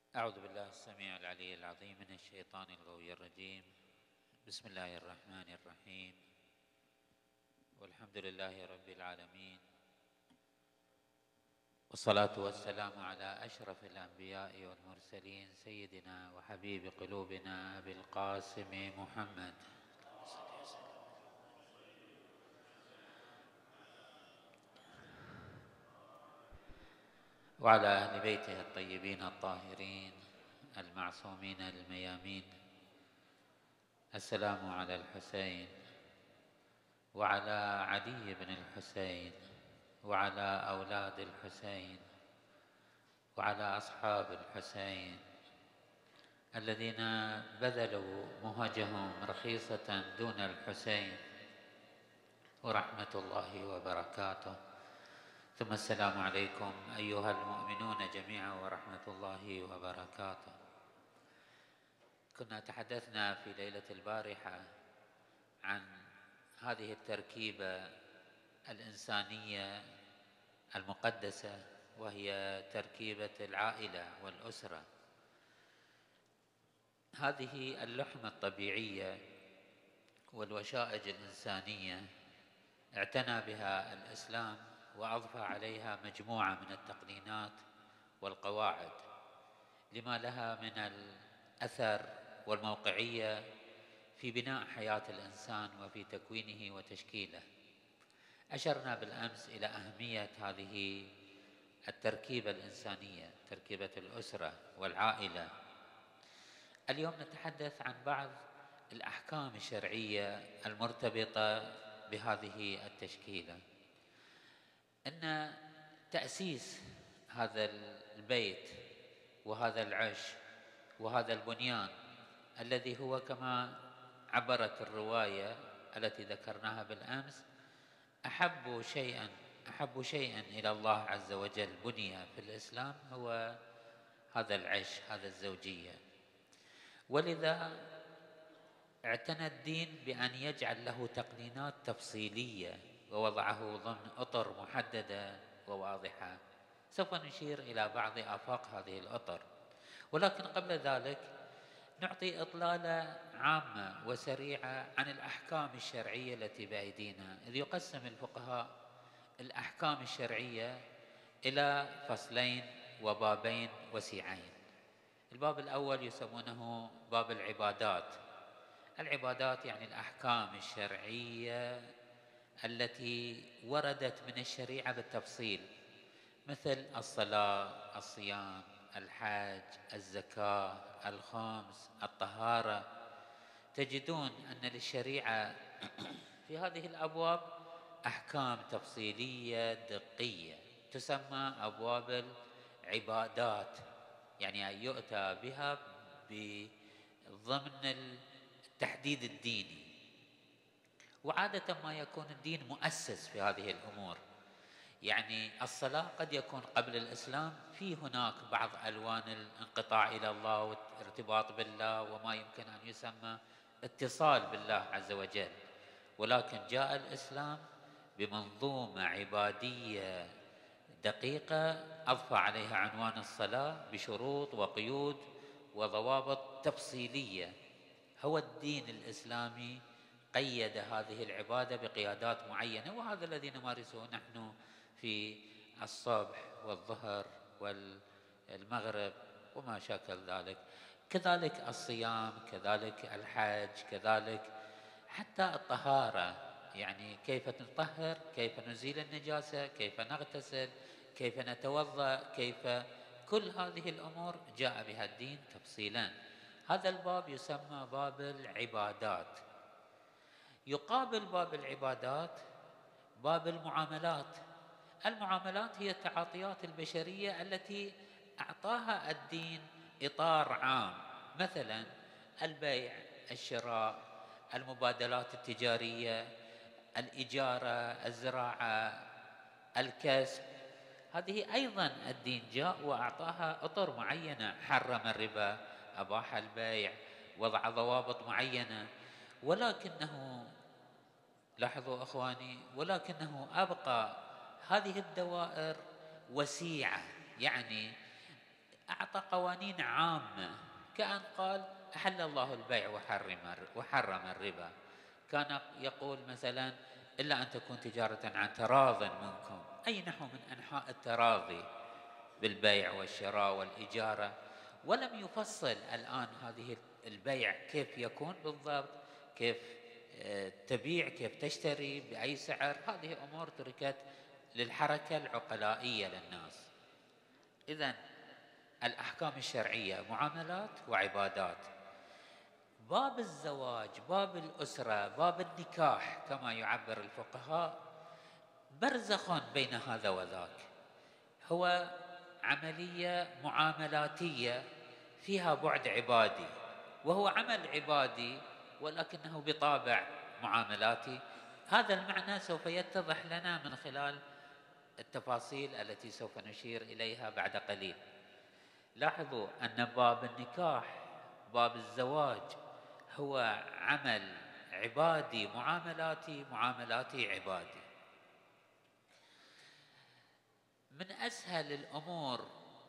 أعوذ بالله السميع العلي العظيم من الشيطان الغوي الرجيم. بسم الله الرحمن الرحيم، والحمد لله رب العالمين، والصلاة والسلام على أشرف الأنبياء والمرسلين سيدنا وحبيب قلوبنا أبي القاسم محمد وعلى أهل بيته الطيبين الطاهرين المعصومين الميامين. السلام على الحسين وعلى علي بن الحسين وعلى أولاد الحسين وعلى أصحاب الحسين الذين بذلوا مهجهم رخيصة دون الحسين، ورحمة الله وبركاته. ثم السلام عليكم أيها المؤمنون جميعا ورحمة الله وبركاته. كنا تحدثنا في ليلة البارحة عن هذه التركيبة الإنسانية المقدسة، وهي تركيبة العائلة والأسرة. هذه اللحمة الطبيعية والوشائج الإنسانية اعتنى بها الإسلام وأضفى عليها مجموعة من التقنينات والقواعد لما لها من الأثر والموقعية في بناء حياة الإنسان وفي تكوينه وتشكيله. أشرنا بالأمس إلى أهمية هذه التركيبة الإنسانية، تركيبة الأسرة والعائلة. اليوم نتحدث عن بعض الأحكام الشرعية المرتبطة بهذه التشكيلة. أن تأسيس هذا البيت وهذا العش وهذا البنيان الذي هو كما عبرت الرواية التي ذكرناها بالأمس أحب شيئا إلى الله عز وجل بني في الإسلام هو هذا العش، هذا الزوجية. ولذا اعتنى الدين بأن يجعل له تقنينات تفصيلية ووضعه ضمن أطر محددة وواضحة. سوف نشير إلى بعض آفاق هذه الأطر، ولكن قبل ذلك نعطي إطلالة عامة وسريعة عن الأحكام الشرعية التي بأيدينا، إذ يقسم الفقهاء الأحكام الشرعية إلى فصلين وبابين وسيعين. الباب الأول يسمونه باب العبادات. العبادات يعني الأحكام الشرعية التي وردت من الشريعة بالتفصيل، مثل الصلاة، الصيام، الحج، الزكاة، الخمس، الطهارة. تجدون أن للشريعة في هذه الأبواب أحكام تفصيلية دقية تسمى أبواب العبادات، يعني يؤتى بها ضمن التحديد الديني. وعادة ما يكون الدين مؤسس في هذه الأمور. يعني الصلاة قد يكون قبل الإسلام في هناك بعض ألوان الانقطاع إلى الله والارتباط بالله وما يمكن أن يسمى اتصال بالله عز وجل، ولكن جاء الإسلام بمنظومة عبادية دقيقة أضفى عليها عنوان الصلاة بشروط وقيود وضوابط تفصيلية. هو الدين الإسلامي قيد هذه العبادة بقيادات معينة، وهذا الذي نمارسه نحن في الصبح والظهر والمغرب وما شاكل ذلك. كذلك الصيام، كذلك الحج، كذلك حتى الطهارة، يعني كيف نطهر، كيف نزيل النجاسة، كيف نغتسل، كيف نتوضأ، كل هذه الأمور جاء بها الدين تفصيلا. هذا الباب يسمى باب العبادات. يقابل باب العبادات باب المعاملات. المعاملات هي التعاطيات البشرية التي أعطاها الدين إطار عام، مثلا البيع، الشراء، المبادلات التجارية، الإجارة، الزراعة، الكسب. هذه أيضا الدين جاء وأعطاها أطر معينة، حرم الربا، أباح البيع، وضع ضوابط معينة. ولكنه لاحظوا أخواني، ولكنه أبقى هذه الدوائر وسيعة، يعني أعطى قوانين عامة، كأن قال أحل الله البيع وحرم الربا. كان يقول مثلا إلا أن تكون تجارة عن تراض منكم، أي نحو من أنحاء التراضي بالبيع والشراء والإجارة. ولم يفصل الآن هذه البيع كيف يكون بالضبط، كيف تبيع، كيف تشتري، بأي سعر. هذه أمور تركت للحركة العقلائية للناس. إذن الأحكام الشرعية معاملات وعبادات. باب الزواج، باب الأسرة، باب النكاح كما يعبر الفقهاء، برزخ بين هذا وذاك. هو عملية معاملاتية فيها بعد عبادي، وهو عمل عبادي ولكنه بطابع معاملاتي. هذا المعنى سوف يتضح لنا من خلال التفاصيل التي سوف نشير إليها بعد قليل. لاحظوا أن باب النكاح، باب الزواج، هو عمل عبادي معاملاتي عبادي. من أسهل الأمور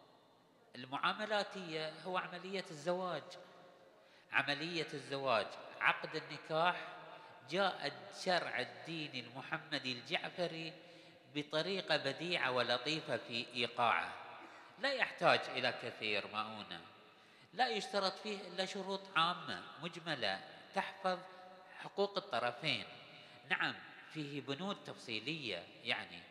المعاملاتية هو عملية الزواج. عملية الزواج، عقد النكاح، جاء شرع الدين المحمدي الجعفري بطريقة بديعة ولطيفة في إيقاعه، لا يحتاج إلى كثير مؤونة، لا يشترط فيه إلا شروط عامة مجملة تحفظ حقوق الطرفين. نعم فيه بنود تفصيلية، يعني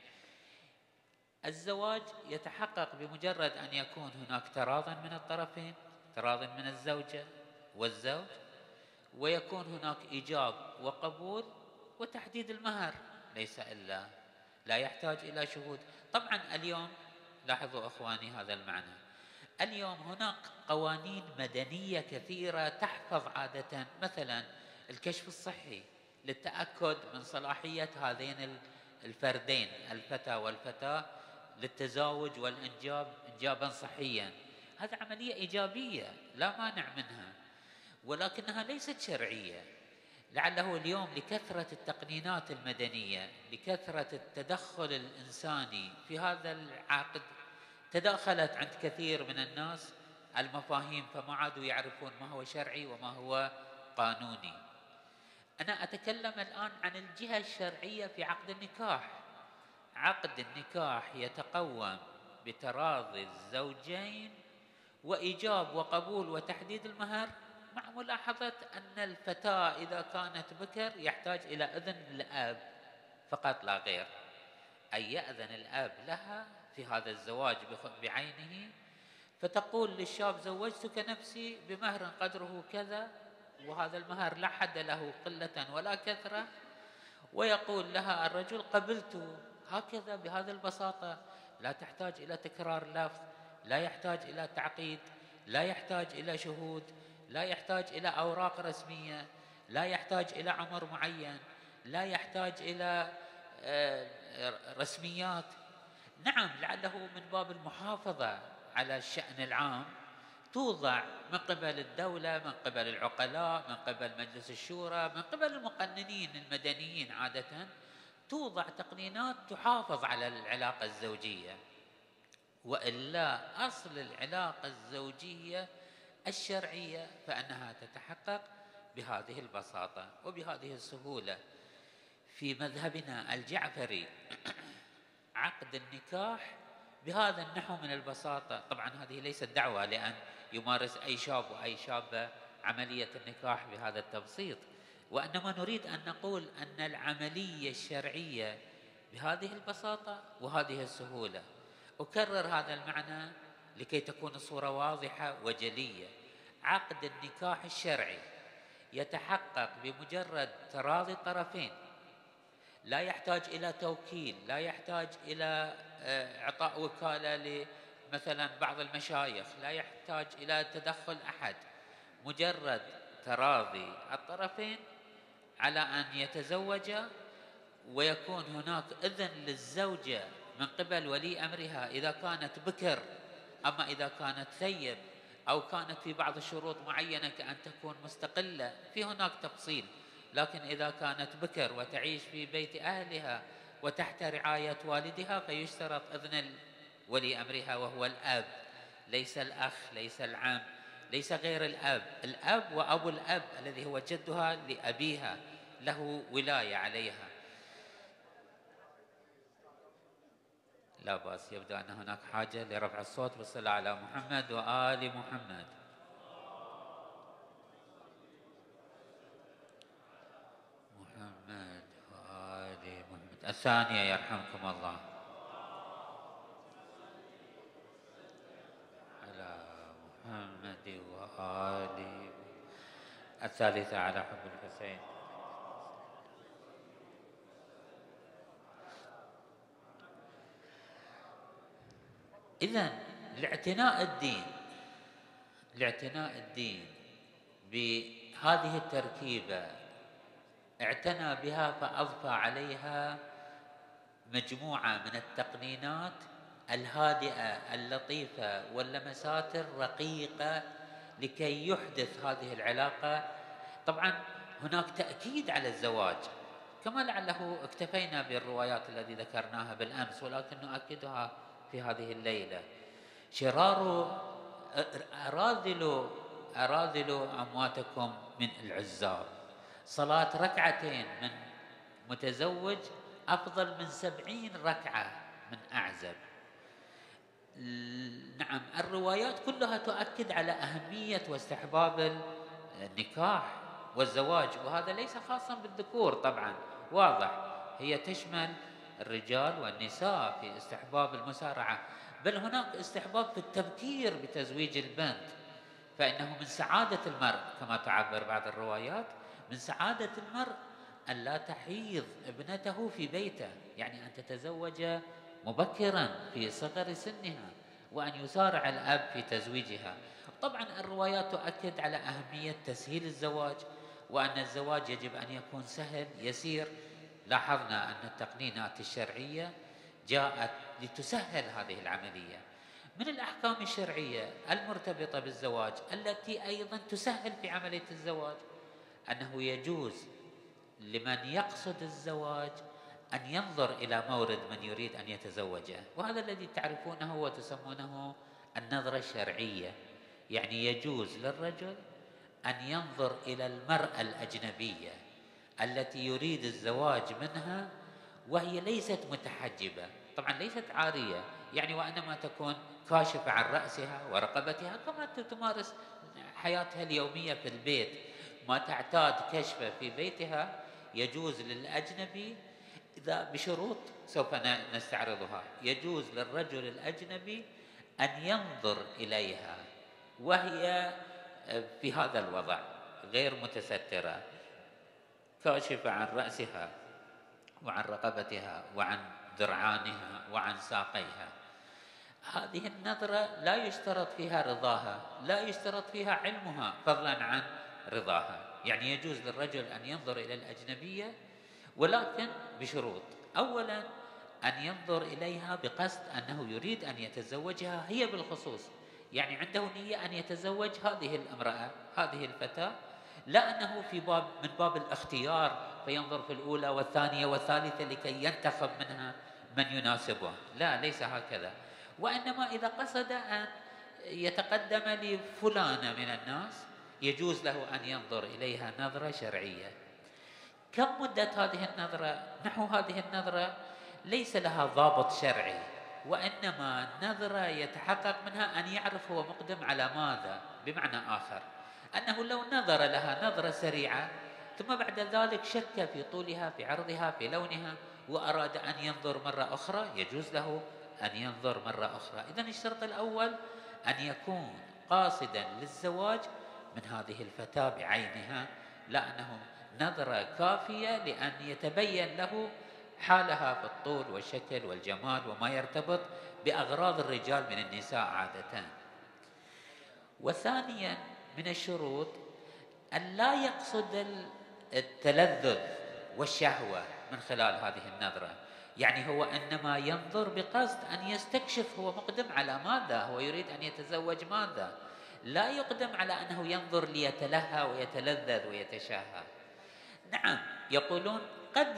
الزواج يتحقق بمجرد أن يكون هناك تراض من الطرفين، تراض من الزوجة والزوج، ويكون هناك إيجاب وقبول وتحديد المهر، ليس إلا، لا يحتاج إلى شهود. طبعا اليوم لاحظوا أخواني هذا المعنى، اليوم هناك قوانين مدنية كثيرة تحفظ عادة مثلا الكشف الصحي للتأكد من صلاحية هذين الفردين، الفتى والفتاة، للتزاوج والإنجاب إنجابا صحيا. هذه عملية إيجابية لا مانع منها، ولكنها ليست شرعية. لعله اليوم لكثرة التقنينات المدنية، لكثرة التدخل الإنساني في هذا العقد، تداخلت عند كثير من الناس المفاهيم، فما عادوا يعرفون ما هو شرعي وما هو قانوني. أنا أتكلم الآن عن الجهة الشرعية في عقد النكاح. عقد النكاح يتقوم بتراضي الزوجين وإيجاب وقبول وتحديد المهر، مع ملاحظة أن الفتاة إذا كانت بكر يحتاج إلى إذن الأب فقط لا غير، أي يأذن الأب لها في هذا الزواج بعينه، فتقول للشاب زوجتك نفسي بمهر قدره كذا، وهذا المهر لا حد له قلة ولا كثرة، ويقول لها الرجل قبلت، هكذا بهذه البساطة، لا تحتاج إلى تكرار لفظ، لا يحتاج إلى تعقيد، لا يحتاج إلى شهود، لا يحتاج إلى أوراق رسمية، لا يحتاج إلى عمر معين، لا يحتاج إلى رسميات. نعم لعله من باب المحافظة على الشأن العام توضع من قبل الدولة، من قبل العقلاء، من قبل مجلس الشورى، من قبل المقننين المدنيين عادة، توضع تقنينات تحافظ على العلاقة الزوجية. وإلا أصل العلاقة الزوجية الشرعية فإنها تتحقق بهذه البساطة وبهذه السهولة. في مذهبنا الجعفري عقد النكاح بهذا النحو من البساطة. طبعا هذه ليست دعوة لأن يمارس أي شاب وأي شابة عملية النكاح بهذا التبسيط، وإنما نريد أن نقول أن العملية الشرعية بهذه البساطة وهذه السهولة. أكرر هذا المعنى لكي تكون الصورة واضحة وجلية. عقد النكاح الشرعي يتحقق بمجرد تراضي الطرفين، لا يحتاج إلى توكيل، لا يحتاج إلى إعطاء وكالة لمثلا بعض المشايخ، لا يحتاج إلى تدخل أحد، مجرد تراضي الطرفين على أن يتزوجا، ويكون هناك إذن للزوجة من قبل ولي أمرها إذا كانت بكر. أما إذا كانت ثيب أو كانت في بعض الشروط معينة كأن تكون مستقلة، في هناك تفصيل، لكن إذا كانت بكر وتعيش في بيت أهلها وتحت رعاية والدها فيشترط إذن ولي أمرها وهو الأب ليس الأخ، ليس العم، ليس غير الأب. الأب وأبو الأب الذي هو جدها لأبيها له ولاية عليها. لا بأس. يبدو أن هناك حاجة لرفع الصوت بالصلاة على محمد وآل محمد. محمد وآل محمد. الثانية يرحمكم الله. على محمد وآل. الثالثة على حب الحسين. إذن لاعتناء الدين بهذه التركيبة اعتنى بها فأضفى عليها مجموعة من التقنينات الهادئة اللطيفة واللمسات الرقيقة لكي يحدث هذه العلاقة. طبعا هناك تأكيد على الزواج، كما لعله اكتفينا بالروايات التي ذكرناها بالأمس، ولكن نؤكدها في هذه الليلة. شرار أراذل أمواتكم من العزاب. صلاة ركعتين من متزوج أفضل من 70 ركعة من أعزب. نعم، الروايات كلها تؤكد على أهمية واستحباب النكاح والزواج، وهذا ليس خاصا بالذكور طبعا، واضح، هي تشمل الرجال والنساء في استحباب المسارعة. بل هناك استحباب في التبكير بتزويج البنت، فإنه من سعادة المرء كما تعبر بعض الروايات، من سعادة المرء أن لا تحيض ابنته في بيته، يعني أن تتزوج مبكرا في صغر سنها، وأن يسارع الأب في تزويجها. طبعا الروايات تؤكد على أهمية تسهيل الزواج، وأن الزواج يجب أن يكون سهل يسير. لاحظنا أن التقنينات الشرعية جاءت لتسهل هذه العملية. من الأحكام الشرعية المرتبطة بالزواج التي أيضا تسهل في عملية الزواج أنه يجوز لمن يقصد الزواج أن ينظر إلى مورد من يريد أن يتزوجه، وهذا الذي تعرفونه وتسمونه النظرة الشرعية. يعني يجوز للرجل أن ينظر إلى المرأة الأجنبية التي يريد الزواج منها وهي ليست متحجبة، طبعا ليست عارية يعني، وإنما تكون كاشفة عن رأسها ورقبتها كما تمارس حياتها اليومية في البيت، ما تعتاد كشفه في بيتها. يجوز للأجنبي إذا بشروط سوف نستعرضها، يجوز للرجل الأجنبي أن ينظر إليها وهي في هذا الوضع غير متسترة، كاشفة عن رأسها وعن رقبتها وعن ذرعانها وعن ساقيها. هذه النظرة لا يشترط فيها رضاها، لا يشترط فيها علمها فضلا عن رضاها. يعني يجوز للرجل أن ينظر إلى الأجنبية ولكن بشروط. أولا أن ينظر إليها بقصد أنه يريد أن يتزوجها هي بالخصوص، يعني عنده نية أن يتزوج هذه الامرأة هذه الفتاة، لا أنه من باب الاختيار فينظر في الأولى والثانية والثالثة لكي ينتخب منها من يناسبه، لا، ليس هكذا. وإنما إذا قصد أن يتقدم لفلانة من الناس يجوز له أن ينظر إليها نظرة شرعية. كم مدة هذه النظرة؟ نحو هذه النظرة ليس لها ضابط شرعي، وإنما نظرة يتحقق منها أن يعرف هو مقدم على ماذا. بمعنى آخر أنه لو نظر لها نظرة سريعة ثم بعد ذلك شك في طولها في عرضها في لونها وأراد أن ينظر مرة أخرى يجوز له أن ينظر مرة أخرى. إذن الشرط الأول أن يكون قاصدا للزواج من هذه الفتاة بعينها، لا أنه نظرة كافية لأن يتبين له حالها في الطول والشكل والجمال وما يرتبط بأغراض الرجال من النساء عادة. وثانيا من الشروط أن لا يقصد التلذذ والشهوة من خلال هذه النظرة، يعني هو إنما ينظر بقصد أن يستكشف هو مقدم على ماذا، هو يريد أن يتزوج ماذا، لا يقدم على أنه ينظر ليتلهى ويتلذذ ويتشهى. نعم، يقولون قد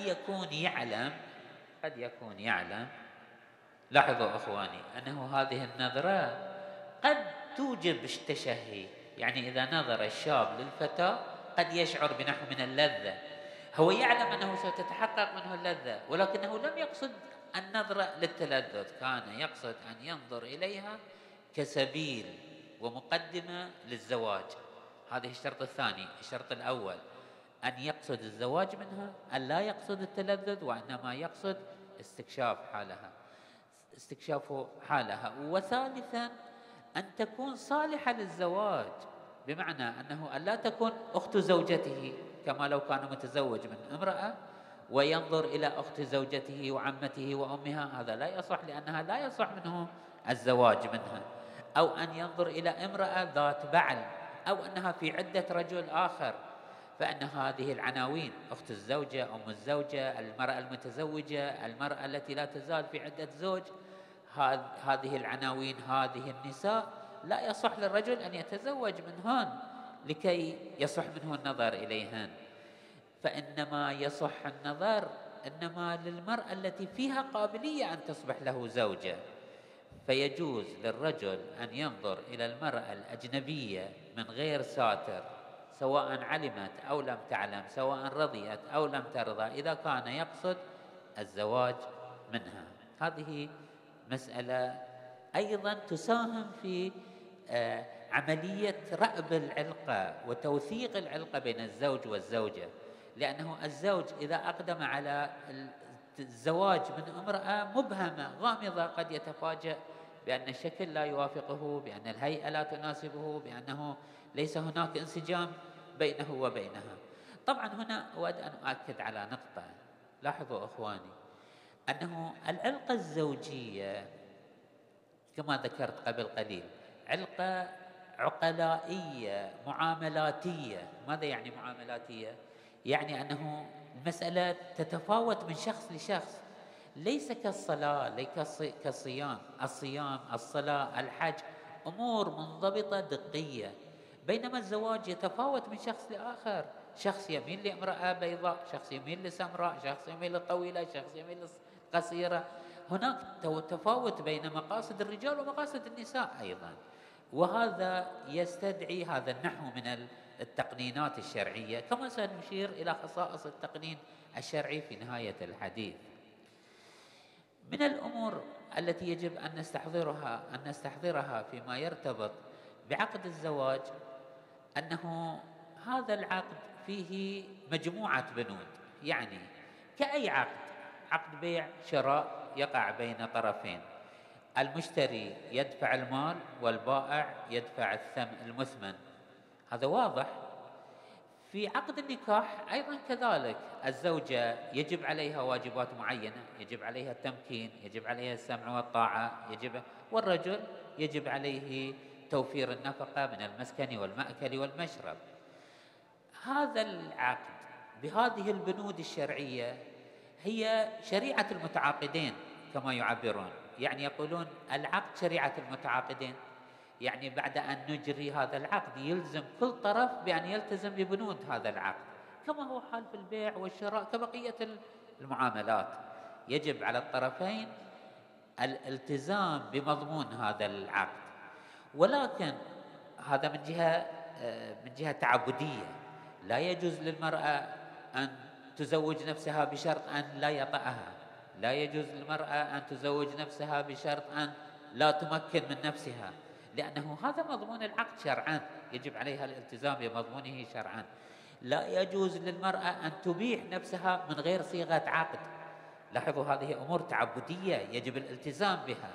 يكون يعلم، لاحظوا أخواني، أنه هذه النظرة قد توجب التشهي، يعني إذا نظر الشاب للفتاة قد يشعر بنحو من اللذة، هو يعلم أنه ستتحقق منه اللذة، ولكنه لم يقصد النظرة للتلذذ، كان يقصد أن ينظر إليها كسبيل ومقدمة للزواج. هذه الشرط الثاني. الشرط الأول أن يقصد الزواج منها، أن لا يقصد التلذذ، وإنما يقصد استكشاف حالها. وثالثا أن تكون صالحة للزواج، بمعنى أنه أن لا تكون أخت زوجته، كما لو كان متزوج من امرأة وينظر إلى أخت زوجته وعمته وأمها، هذا لا يصح، لأنها لا يصح منه الزواج منها. أو أن ينظر إلى امرأة ذات بعل، أو أنها في عدة رجل آخر، فإن هذه العناوين أخت الزوجة، أم الزوجة، المرأة المتزوجة، المرأة التي لا تزال في عدة زوج، هذه العناوين، هذه النساء لا يصح للرجل أن يتزوج منهن لكي يصح منه النظر إليهن، فإنما يصح النظر إنما للمرأة التي فيها قابلية أن تصبح له زوجة. فيجوز للرجل أن ينظر إلى المرأة الأجنبية من غير ساتر، سواء علمت أو لم تعلم، سواء رضيت أو لم ترضى، إذا كان يقصد الزواج منها. هذه مسألة أيضا تساهم في عملية رأب العلاقة وتوثيق العلاقة بين الزوج والزوجة، لأنه الزوج إذا أقدم على الزواج من امرأة مبهمة غامضة قد يتفاجأ بأن الشكل لا يوافقه، بأن الهيئة لا تناسبه، بأنه ليس هناك انسجام بينه وبينها. طبعا هنا أود أن أؤكد على نقطة، لاحظوا أخواني أنه العلاقة الزوجية كما ذكرت قبل قليل علاقة عقلائية معاملاتية. ماذا يعني معاملاتية؟ يعني أنه المسألة تتفاوت من شخص لشخص، ليس كالصلاة، ليس كالصيام. الصلاة، الحج أمور منضبطة دقية، بينما الزواج يتفاوت من شخص لآخر، شخص يميل لامرأة بيضاء، شخص يميل لسمراء، شخص يميل للطويلة، شخص يميل للقصيرة. هناك تفاوت بين مقاصد الرجال ومقاصد النساء أيضا، وهذا يستدعي هذا النحو من التقنينات الشرعية، كما سنشير إلى خصائص التقنين الشرعي في نهاية الحديث. من الأمور التي يجب أن نستحضرها فيما يرتبط بعقد الزواج أنه هذا العقد فيه مجموعة بنود، يعني كأي عقد بيع شراء يقع بين طرفين، المشتري يدفع المال والبائع يدفع المثمن، هذا واضح. في عقد النكاح أيضا كذلك، الزوجة يجب عليها واجبات معينة، يجب عليها التمكين، يجب عليها السمع والطاعة، والرجل يجب عليه توفير النفقة من المسكن والمأكل والمشرب. هذا العقد بهذه البنود الشرعية هي شريعة المتعاقدين كما يعبرون، يعني يقولون العقد شريعة المتعاقدين، يعني بعد أن نجري هذا العقد يلزم كل طرف بأن يلتزم ببنود هذا العقد، كما هو حال في البيع والشراء كبقية المعاملات. يجب على الطرفين الالتزام بمضمون هذا العقد، ولكن هذا من جهة تعبدية. لا يجوز للمرأة أن تزوج نفسها بشرط أن لا يطأها، لا يجوز للمرأة أن تزوج نفسها بشرط أن لا تمكن من نفسها، لأنه هذا مضمون العقد شرعا، يجب عليها الالتزام بمضمونه شرعا. لا يجوز للمرأة أن تبيح نفسها من غير صيغة عقد، لاحظوا هذه أمور تعبدية يجب الالتزام بها.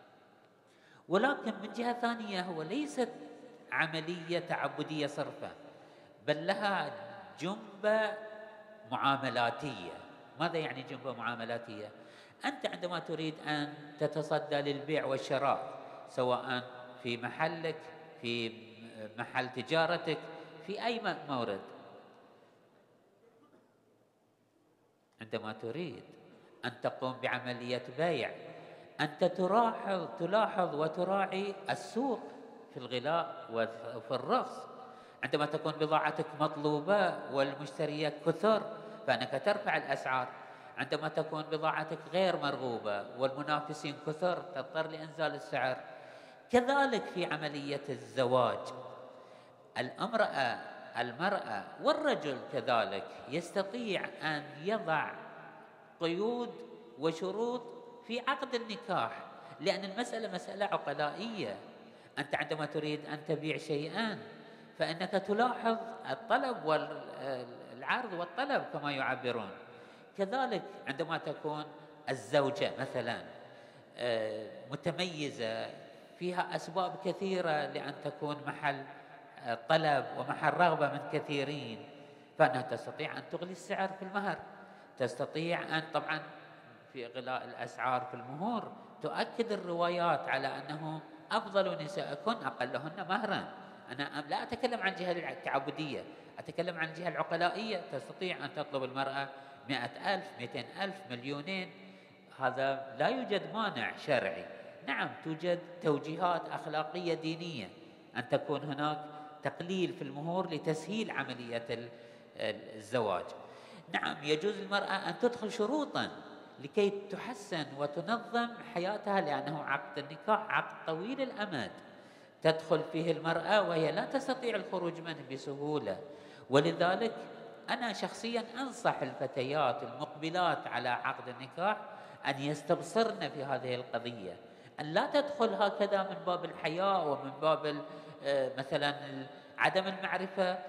ولكن من جهة ثانية هو ليست عملية تعبدية صرفة، بل لها جنبة معاملاتية. ماذا يعني جنبة معاملاتية؟ أنت عندما تريد أن تتصدى للبيع والشراء، سواء في محلك، في محل تجارتك، في أي مورد، عندما تريد أن تقوم بعملية بيع أنت تلاحظ وتراعي السوق في الغلاء وفي الرخص. عندما تكون بضاعتك مطلوبة والمشتريات كثر فإنك ترفع الأسعار، عندما تكون بضاعتك غير مرغوبة والمنافسين كثر تضطر لإنزال السعر. كذلك في عملية الزواج، المرأة والرجل كذلك يستطيع أن يضع قيود وشروط في عقد النكاح، لأن المسألة مسألة عقلائية. أنت عندما تريد أن تبيع شيئا فإنك تلاحظ الطلب والعرض والطلب كما يعبرون. كذلك عندما تكون الزوجة مثلا متميزة، فيها أسباب كثيرة لأن تكون محل طلب ومحل رغبة من كثيرين، فإنها تستطيع أن تغلي السعر في المهر، تستطيع أن طبعا في إغلاء الأسعار في المهور. تؤكد الروايات على أنه أفضل نسائكن أقلهن مهرا. أنا لا أتكلم عن الجهة التعبدية، أتكلم عن الجهة العقلائية. تستطيع أن تطلب المرأة 100,000 200,000 مليونين، هذا لا يوجد مانع شرعي. نعم توجد توجيهات أخلاقية دينية أن تكون هناك تقليل في المهور لتسهيل عملية الزواج. نعم يجوز للمرأة أن تدخل شروطا لكي تحسن وتنظم حياتها، لأنه عقد النكاح عقد طويل الأمد تدخل فيه المرأة وهي لا تستطيع الخروج منه بسهولة. ولذلك أنا شخصيا أنصح الفتيات المقبلات على عقد النكاح أن يستبصرن في هذه القضية، أن لا تدخل هكذا من باب الحياء ومن باب مثلا عدم المعرفة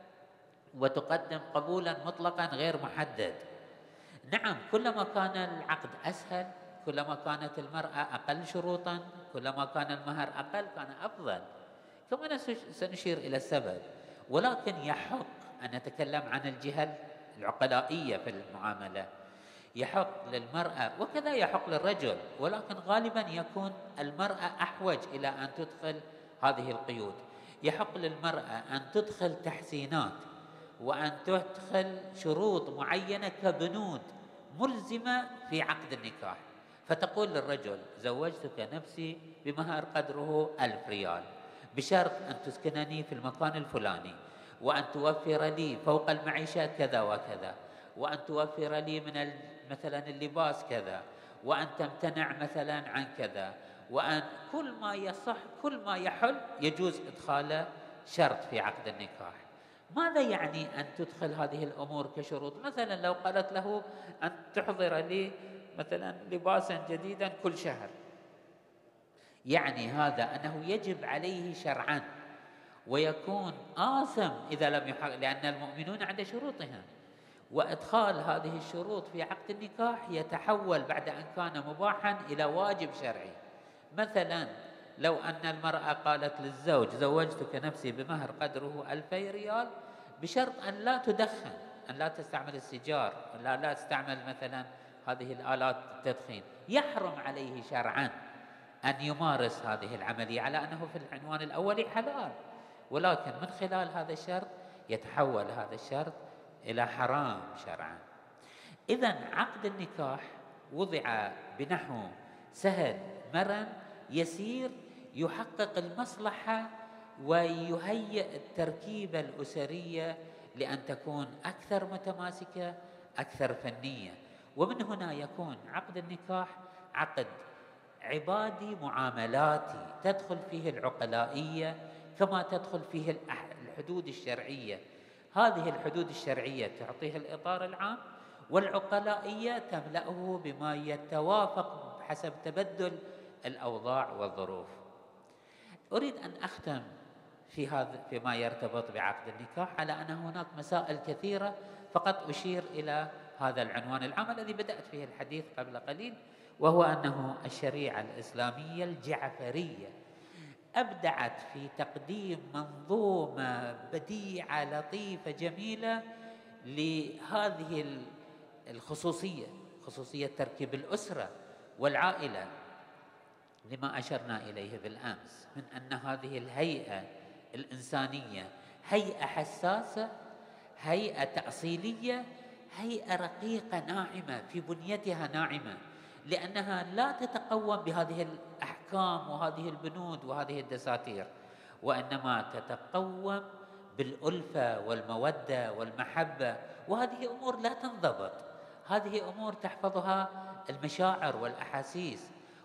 وتقدم قبولا مطلقا غير محدد. نعم كلما كان العقد أسهل، كلما كانت المرأة أقل شروطا، كلما كان المهر أقل كان أفضل. كما سنشير إلى السبب، ولكن يحق أن نتكلم عن الجهة العقلائية في المعاملة. يحق للمرأة وكذا يحق للرجل، ولكن غالبا يكون المرأة أحوج إلى أن تدخل هذه القيود. يحق للمرأة أن تدخل تحسينات وأن تدخل شروط معينة كبنود ملزمة في عقد النكاح، فتقول للرجل زوجتك نفسي بمهر قدره 1000 ريال بشرط أن تسكنني في المكان الفلاني، وأن توفر لي فوق المعيشة كذا وكذا، وأن توفر لي من مثلا اللباس كذا، وأن تمتنع مثلا عن كذا، وأن كل ما يصح كل ما يحل يجوز إدخاله شرط في عقد النكاح. ماذا يعني أن تدخل هذه الأمور كشروط؟ مثلا لو قالت له أن تحضر لي مثلا لباسا جديدا كل شهر، يعني هذا أنه يجب عليه شرعا ويكون آثم إذا لم يحقق، لأن المؤمنون عند شروطهم. وإدخال هذه الشروط في عقد النكاح يتحول بعد أن كان مباحا إلى واجب شرعي. مثلا لو أن المرأة قالت للزوج زوجتك نفسي بمهر قدره 2000 ريال بشرط أن لا تدخن، أن لا تستعمل السيجار، لا تستعمل مثلا هذه الآلات التدخين، يحرم عليه شرعا أن يمارس هذه العملية على أنه في العنوان الأولي حلال، ولكن من خلال هذا الشرط يتحول هذا الشرط إلى حرام شرعا. إذن عقد النكاح وضع بنحو سهل مرن يسير يحقق المصلحة ويهيئ التركيبة الأسرية لأن تكون أكثر متماسكة أكثر فنية. ومن هنا يكون عقد النكاح عقد عبادي معاملاتي تدخل فيه العقلائية كما تدخل فيه الحدود الشرعية. هذه الحدود الشرعية تعطيه الإطار العام، والعقلائية تملأه بما يتوافق حسب تبدل الأوضاع والظروف. أريد أن أختم فيما يرتبط بعقد النكاح على أن هناك مسائل كثيرة، فقط أشير إلى هذا العنوان العام الذي بدأت فيه الحديث قبل قليل، وهو أنه الشريعة الإسلامية الجعفرية أبدعت في تقديم منظومة بديعة لطيفة جميلة لهذه الخصوصية، خصوصية تركيب الأسرة والعائلة، لما أشرنا إليه بالأمس من أن هذه الهيئة الإنسانية هيئة حساسة، هيئة تأصيلية، هيئة رقيقة ناعمة في بنيتها ناعمة، لأنها لا تتقوم بهذه الأحكام وهذه البنود وهذه الدساتير، وإنما تتقوم بالألفة والمودة والمحبة، وهذه أمور لا تنضبط، هذه أمور تحفظها المشاعر والأحاسيس،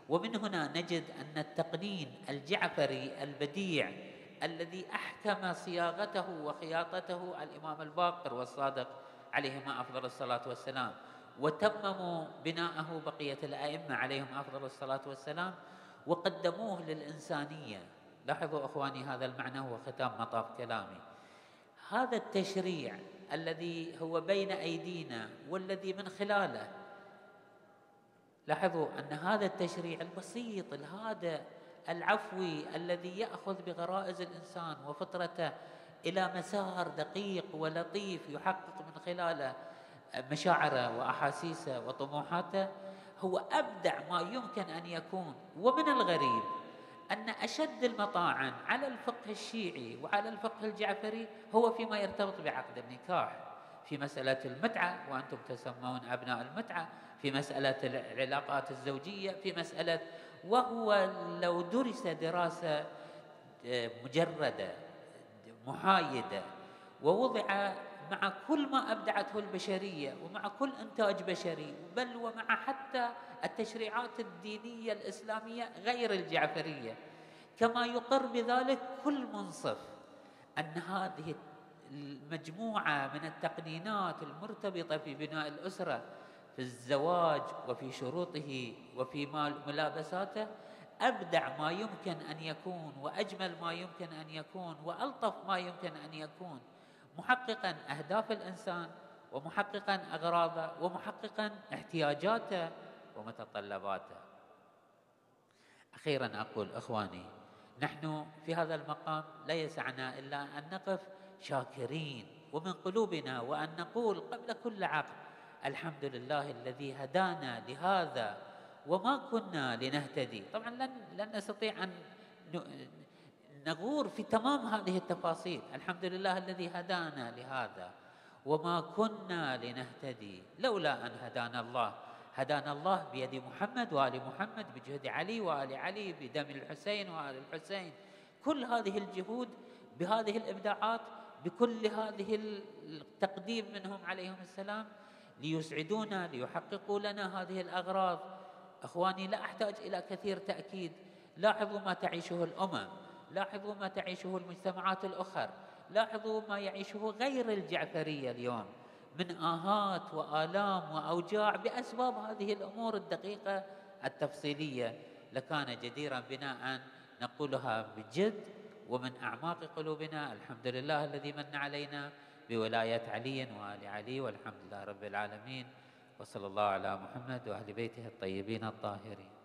ومن هنا نجد أن التقنين الجعفري البديع الذي أحكم صياغته وخياطته الإمام الباقر والصادق عليهما أفضل الصلاة والسلام، وتمموا بناءه بقية الأئمة عليهم أفضل الصلاة والسلام، وقدموه للإنسانية. لاحظوا أخواني هذا المعنى هو ختام مطاف كلامي. هذا التشريع الذي هو بين أيدينا والذي من خلاله، لاحظوا أن هذا التشريع البسيط الهادئ العفوي الذي يأخذ بغرائز الإنسان وفطرته إلى مسار دقيق ولطيف يحقق من خلاله مشاعره وأحاسيسه وطموحاته، هو أبدع ما يمكن أن يكون. ومن الغريب أن أشد المطاعن على الفقه الشيعي وعلى الفقه الجعفري هو فيما يرتبط بعقد النكاح، في مسألة المتعة، وأنتم تسمون أبناء المتعة، في مسألة العلاقات الزوجية، في مسألة، وهو لو درس دراسة مجردة محايدة ووضع مع كل ما أبدعته البشرية ومع كل إنتاج بشري، بل ومع حتى التشريعات الدينية الإسلامية غير الجعفرية، كما يقر بذلك كل منصف، أن هذه المجموعة من التقنينات المرتبطة في بناء الأسرة، في الزواج وفي شروطه وفي ملابساته، أبدع ما يمكن أن يكون، وأجمل ما يمكن أن يكون، وألطف ما يمكن أن يكون، محققا أهداف الإنسان ومحققا أغراضه ومحققا احتياجاته ومتطلباته. أخيرا أقول إخواني، نحن في هذا المقام لا يسعنا إلا أن نقف شاكرين ومن قلوبنا، وأن نقول قبل كل عقل الحمد لله الذي هدانا لهذا وما كنا لنهتدي. طبعا لن نستطيع أن نغور في تمام هذه التفاصيل. الحمد لله الذي هدانا لهذا وما كنا لنهتدي لولا أن هدانا الله. هدانا الله بيد محمد وآل محمد، بجهد علي وآل علي، بدم الحسين وآل الحسين. كل هذه الجهود بهذه الإبداعات بكل هذه التقديم منهم عليهم السلام ليسعدونا، ليحققوا لنا هذه الأغراض. أخواني، لا أحتاج إلى كثير تأكيد. لاحظوا ما تعيشه الأمم، لاحظوا ما تعيشه المجتمعات الأخرى، لاحظوا ما يعيشه غير الجعفرية اليوم من آهات وآلام وأوجاع بأسباب هذه الأمور الدقيقة التفصيلية. لكان جديرا بنا أن نقولها بجد ومن أعماق قلوبنا: الحمد لله الذي من علينا بولاية علي وآل علي، والحمد لله رب العالمين، وصلى الله على محمد وأهل بيته الطيبين الطاهرين.